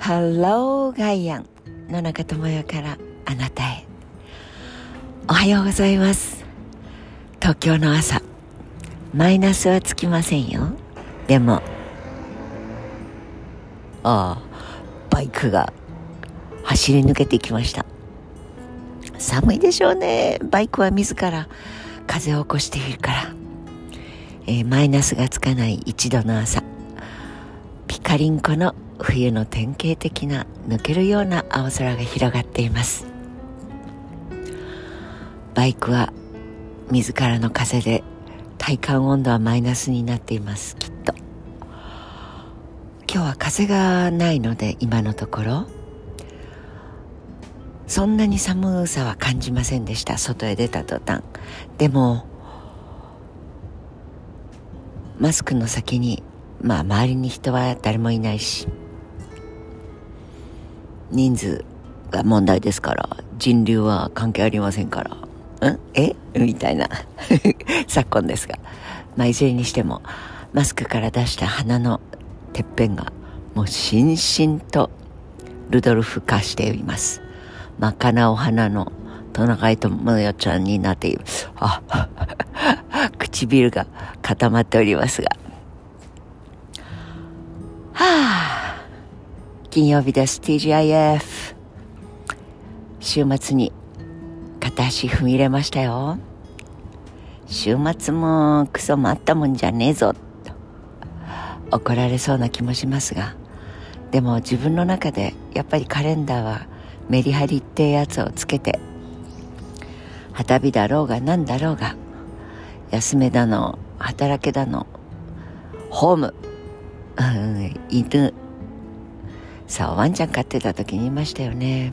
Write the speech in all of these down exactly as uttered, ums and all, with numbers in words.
ハローガイアン野中智代からあなたへ。おはようございます。東京の朝、マイナスはつきませんよ。でもああバイクが走り抜けていきました。寒いでしょうね。バイクは自ら風を起こしているから、えー、マイナスがつかないいちどの朝、ピカリンコの冬の典型的な抜けるような青空が広がっています。バイクは自らの風で体感温度はマイナスになっています。きっと今日は風がないので、今のところそんなに寒さは感じませんでした。外へ出た途端。でもマスクの先に、まあ周りに人は誰もいないし、人数が問題ですから、人流は関係ありませんから、んえみたいな昨今ですが、まあいずれにしてもマスクから出した鼻のてっぺんがもうしんしんとルドルフ化しています。真っ赤なお花のトナカイ智代ちゃんになっている。あ唇が固まっておりますが、はあ、金曜日です。 ティージーアイエフ 週末に片足踏み入れましたよ。週末もクソもあったもんじゃねえぞと怒られそうな気もしますが、でも自分の中でやっぱりカレンダーはメリハリってやつをつけて、旗日だろうが何だろうが、休めだの働けだのホーム、うん、犬さあワンちゃん飼ってた時に言いましたよね。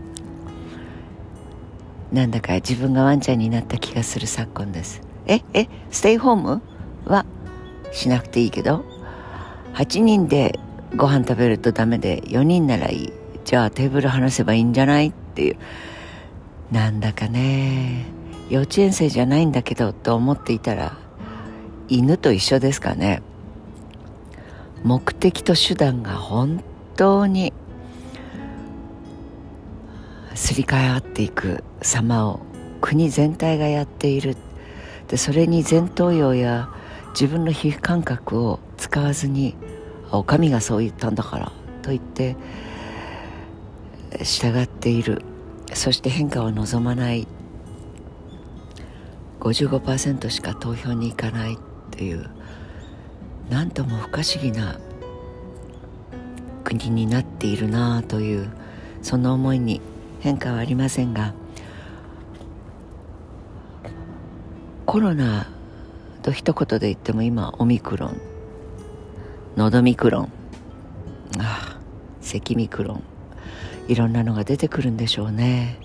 なんだか自分がワンちゃんになった気がする昨今です。ええステイホームはしなくていいけど、はちにんでご飯食べるとダメでよにんならいい、じゃあテーブル離せばいいんじゃないっていう、なんだかね、幼稚園生じゃないんだけどと思っていたら、犬と一緒ですかね。目的と手段が本当にすり替わっていく様を国全体がやっている。でそれに前頭葉や自分の皮膚感覚を使わずに、お上がそう言ったんだからと言って従っている。そして変化を望まない ごじゅうごパーセント しか投票に行かないっていう、なんとも不可思議な国になっているなという、その思いに変化はありませんが、コロナと一言で言っても今オミクロン、のどミクロン、ああ咳ミクロン、いろんなのが出てくるんでしょうね。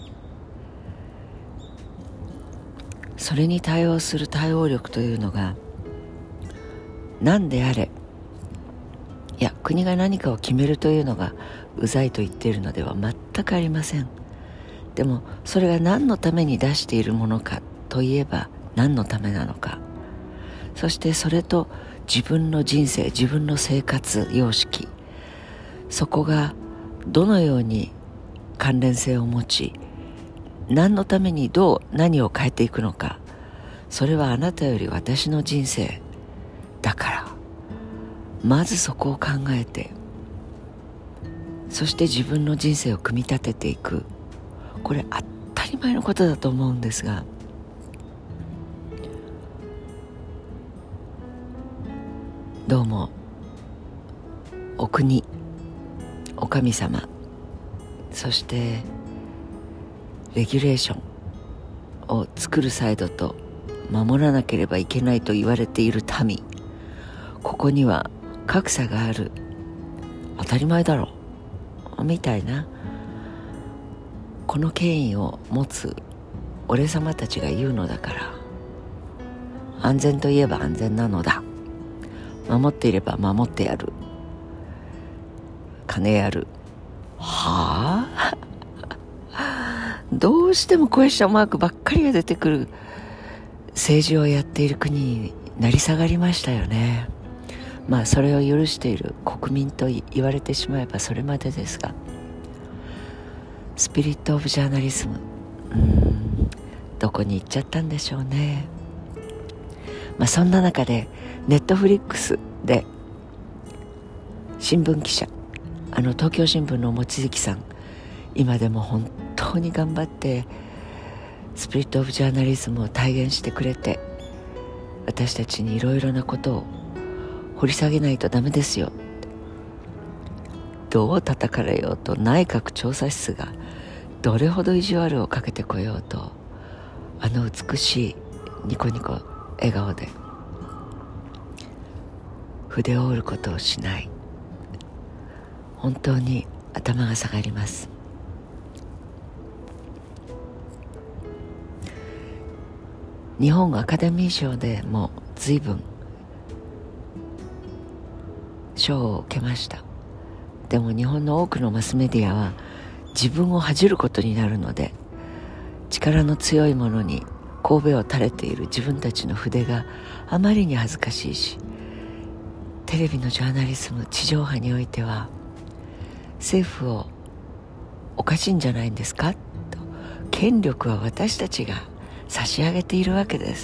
それに対応する対応力というのが何であれ、いや国が何かを決めるというのがうざいと言っているのでは全くありません。でもそれが何のために出しているものかといえば何のためなのか、そしてそれと自分の人生、自分の生活様式、そこがどのように関連性を持ち、何のためにどう何を変えていくのか、それはあなたより私の人生だから、まずそこを考えて、そして自分の人生を組み立てていく。これ当たり前のことだと思うんですが、どうもお国、お神様、そしてレギュレーションを作るサイドと守らなければいけないと言われている民、ここには格差がある、当たり前だろみたいな、この権威を持つ俺様たちが言うのだから、安全といえば安全なのだ、守っていれば守ってやる、金やる、はあどうしてもクエスチョンマークばっかりが出てくる政治をやっている国になり下がりましたよね。 まあそれを許している国民と言われてしまえばそれまでですが、スピリット・オブ・ジャーナリズム、うーんどこに行っちゃったんでしょうね。まあそんな中でネットフリックスで新聞記者、あの東京新聞の望月さん、今でも本当に頑張ってスピリット・オブ・ジャーナリズムを体現してくれて、私たちにいろいろなことを掘り下げないとダメですよ、どう叩かれようと内閣調査室がどれほど意地悪をかけてこようと、あの美しいニコニコ笑顔で筆を折ることをしない、本当に頭が下がります。日本アカデミー賞でも随分賞を受けました。でも日本の多くのマスメディアは自分を恥じることになるので、力の強いものに頭を垂れている自分たちの筆があまりに恥ずかしいし、テレビのジャーナリズム、地上波においては政府をおかしいんじゃないんですかと、権力は私たちが差し上げているわけです。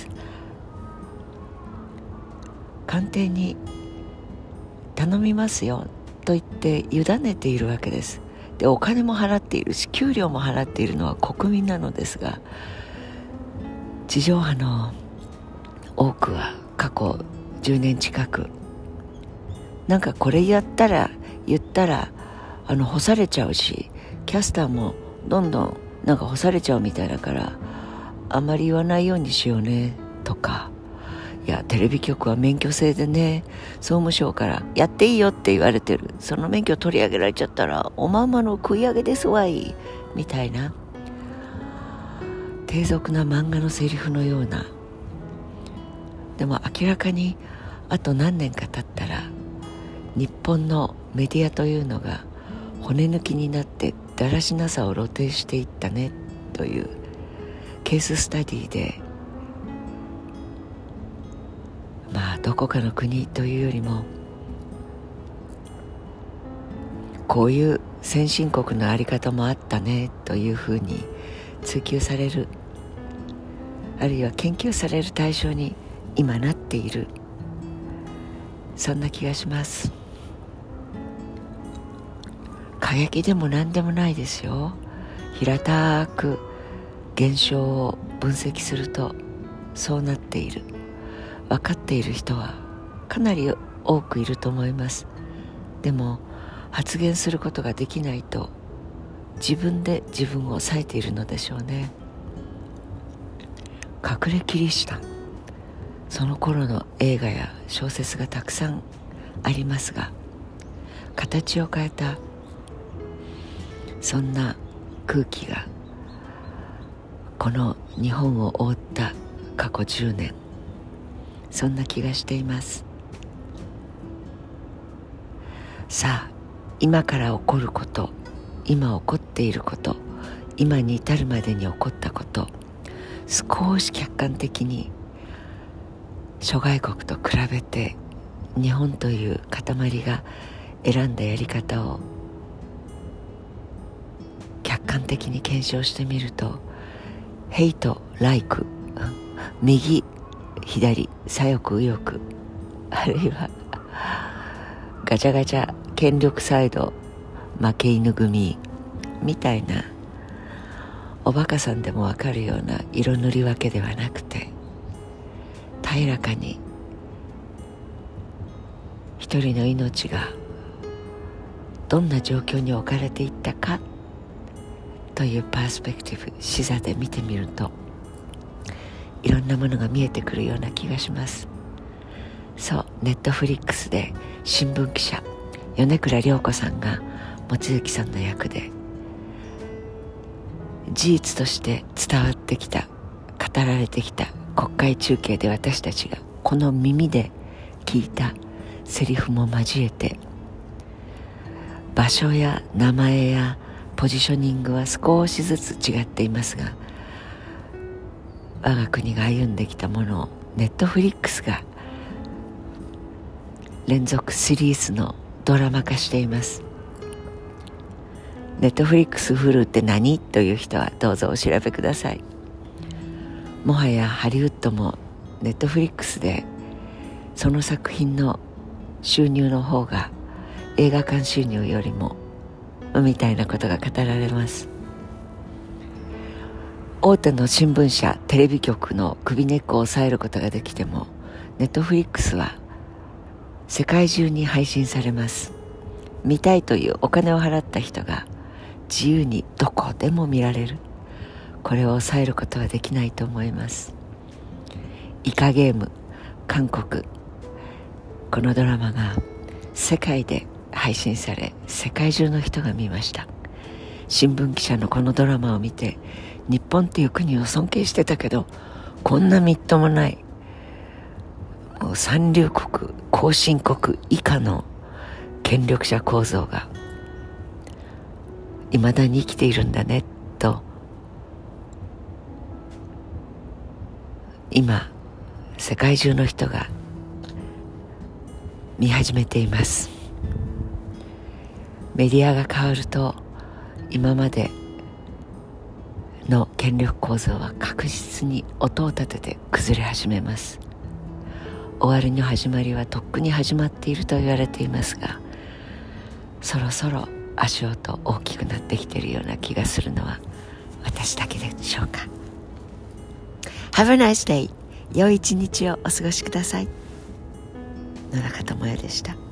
官邸に頼みますよと言って委ねているわけです。でお金も払っているし給料も払っているのは国民なのですが、地上波の多くは過去じゅうねん近く、なんかこれやったら言ったらあの干されちゃうし、キャスターもどんどんなんか干されちゃうみたいだからあんまり言わないようにしようねとか、いやテレビ局は免許制でね、総務省からやっていいよって言われてる、その免許取り上げられちゃったらおまんまの食い上げですわいみたいな低俗な漫画のセリフのような、でも明らかにあと何年か経ったら日本のメディアというのが骨抜きになってだらしなさを露呈していったねというケーススタディで、まあどこかの国というよりもこういう先進国の在り方もあったねというふうに追求される、あるいは研究される対象に今なっている、そんな気がします。過激でも何でもないですよ。平たく現象を分析するとそうなっている、分かっている人はかなり多くいると思います。でも発言することができないと自分で自分を抑えているのでしょうね。隠れキリシタン、その頃の映画や小説がたくさんありますが、形を変えたそんな空気がこの日本を覆った過去じゅうねん、そんな気がしています。さあ今から起こること、今起こっていること、今に至るまでに起こったこと、少し客観的に諸外国と比べて日本という塊が選んだやり方を客観的に検証してみると、ヘイト、ライク、右、左、左翼、右翼、あるいはガチャガチャ権力サイド負け犬組みたいなおバカさんでもわかるような色塗り分けではなくて、平らかに一人の命がどんな状況に置かれていったかというパースペクティブ、視座で見てみるといろんなものが見えてくるような気がします。そう、ネットフリックスで新聞記者米倉涼子さんが望月さんの役で、事実として伝わってきた、語られてきた国会中継で私たちがこの耳で聞いたセリフも交えて、場所や名前やポジショニングは少しずつ違っていますが、我が国が歩んできたものをネットフリックスが連続シリーズのドラマ化しています。ネットフリックスフルって何という人はどうぞお調べください。もはやハリウッドもネットフリックスでその作品の収入の方が映画館収入よりもみたいなことが語られます。大手の新聞社、テレビ局の首根っこを押さえることができても、ネットフリックスは世界中に配信されます。見たいというお金を払った人が自由にどこでも見られる。これを抑えることはできないと思います。イカゲーム、韓国、このドラマが世界で配信され、世界中の人が見ました。新聞記者のこのドラマを見て、日本っていう国を尊敬してたけど、こんなみっともないもう三流国、後進国以下の権力者構造がいまだに生きているんだねと、今世界中の人が見始めています。メディアが変わると、今までの権力構造は確実に音を立てて崩れ始めます。終わりの始まりはとっくに始まっていると言われていますが、そろそろ足音大きくなってきているような気がするのは私だけでしょうか。 Have a nice day。 良い一日をお過ごしください。野中智也でした。